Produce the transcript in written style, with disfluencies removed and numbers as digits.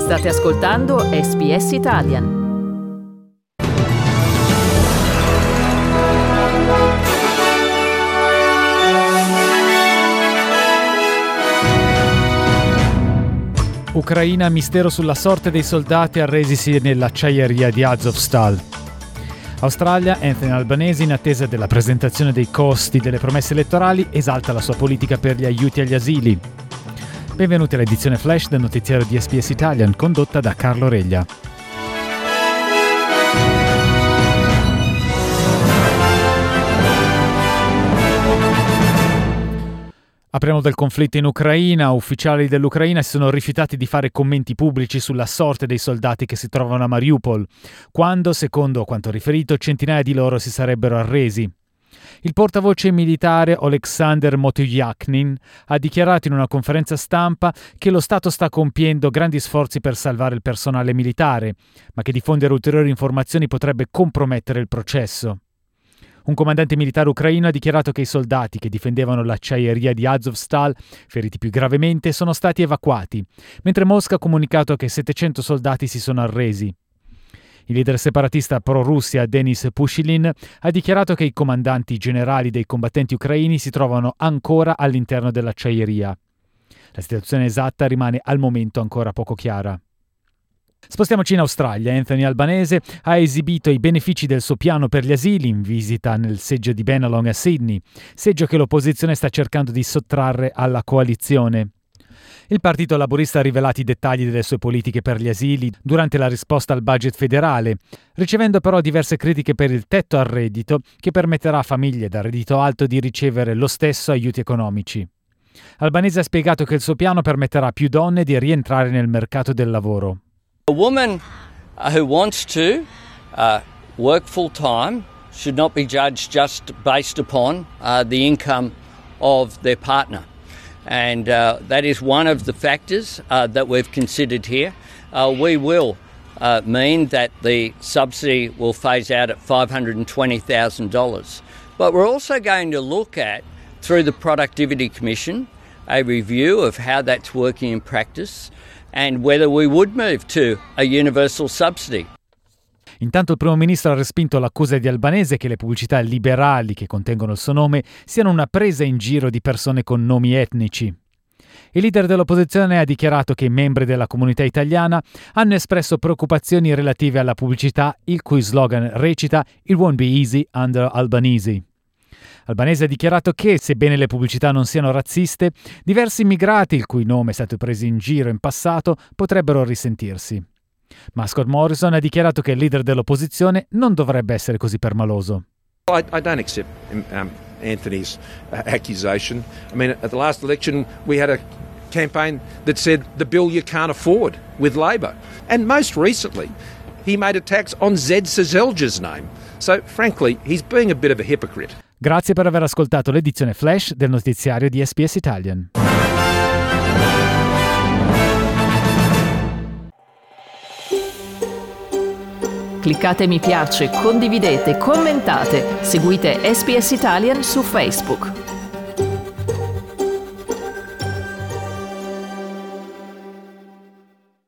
State ascoltando SBS Italian. Ucraina, mistero sulla sorte dei soldati arresisi nell'acciaieria di Azovstal. Australia, Anthony Albanese, in attesa della presentazione dei costi delle promesse elettorali, esalta la sua politica per gli aiuti agli asili. Benvenuti all'edizione flash del notiziario di SBS Italian, condotta da Carlo Reglia. Apriamo del conflitto in Ucraina. Ufficiali dell'Ucraina si sono rifiutati di fare commenti pubblici sulla sorte dei soldati che si trovano a Mariupol, quando, secondo quanto riferito, centinaia di loro si sarebbero arresi. Il portavoce militare Oleksandr Motoyakhin ha dichiarato in una conferenza stampa che lo Stato sta compiendo grandi sforzi per salvare il personale militare, ma che diffondere ulteriori informazioni potrebbe compromettere il processo. Un comandante militare ucraino ha dichiarato che i soldati che difendevano l'acciaieria di Azovstal, feriti più gravemente, sono stati evacuati, mentre Mosca ha comunicato che 700 soldati si sono arresi. Il leader separatista pro-Russia Denis Pushilin ha dichiarato che i comandanti generali dei combattenti ucraini si trovano ancora all'interno dell'acciaieria. La situazione esatta rimane al momento ancora poco chiara. Spostiamoci in Australia. Anthony Albanese ha esibito i benefici del suo piano per gli asili in visita nel seggio di Bennelong a Sydney, seggio che l'opposizione sta cercando di sottrarre alla coalizione. Il Partito Laburista ha rivelato i dettagli delle sue politiche per gli asili durante la risposta al budget federale, ricevendo però diverse critiche per il tetto al reddito che permetterà a famiglie da reddito alto di ricevere lo stesso aiuti economici. Albanese ha spiegato che il suo piano permetterà a più donne di rientrare nel mercato del lavoro. A woman who wants to work full time should not be judged just based upon the income of their partner. And that is one of the factors that we've considered here. We will mean that the subsidy will phase out at $520,000. But we're also going to look at, through the Productivity Commission, a review of how that's working in practice and whether we would move to a universal subsidy. Intanto il primo ministro ha respinto l'accusa di Albanese che le pubblicità liberali che contengono il suo nome siano una presa in giro di persone con nomi etnici. Il leader dell'opposizione ha dichiarato che i membri della comunità italiana hanno espresso preoccupazioni relative alla pubblicità, il cui slogan recita "It won't be easy under Albanese". Albanese ha dichiarato che, sebbene le pubblicità non siano razziste, diversi immigrati, il cui nome è stato preso in giro in passato, potrebbero risentirsi. Ma Scott Morrison ha dichiarato che il leader dell'opposizione non dovrebbe essere così permaloso. I don't accept Anthony's accusation. I mean, at the last election we had a campaign that said the bill you can't afford with Labor. And most recently he made a tax on Zed Sezelja's name. So frankly, he's being a bit of a hypocrite. Grazie per aver ascoltato l'edizione flash del notiziario di SBS Italian. Cliccate mi piace, condividete, commentate, seguite SBS Italian su Facebook.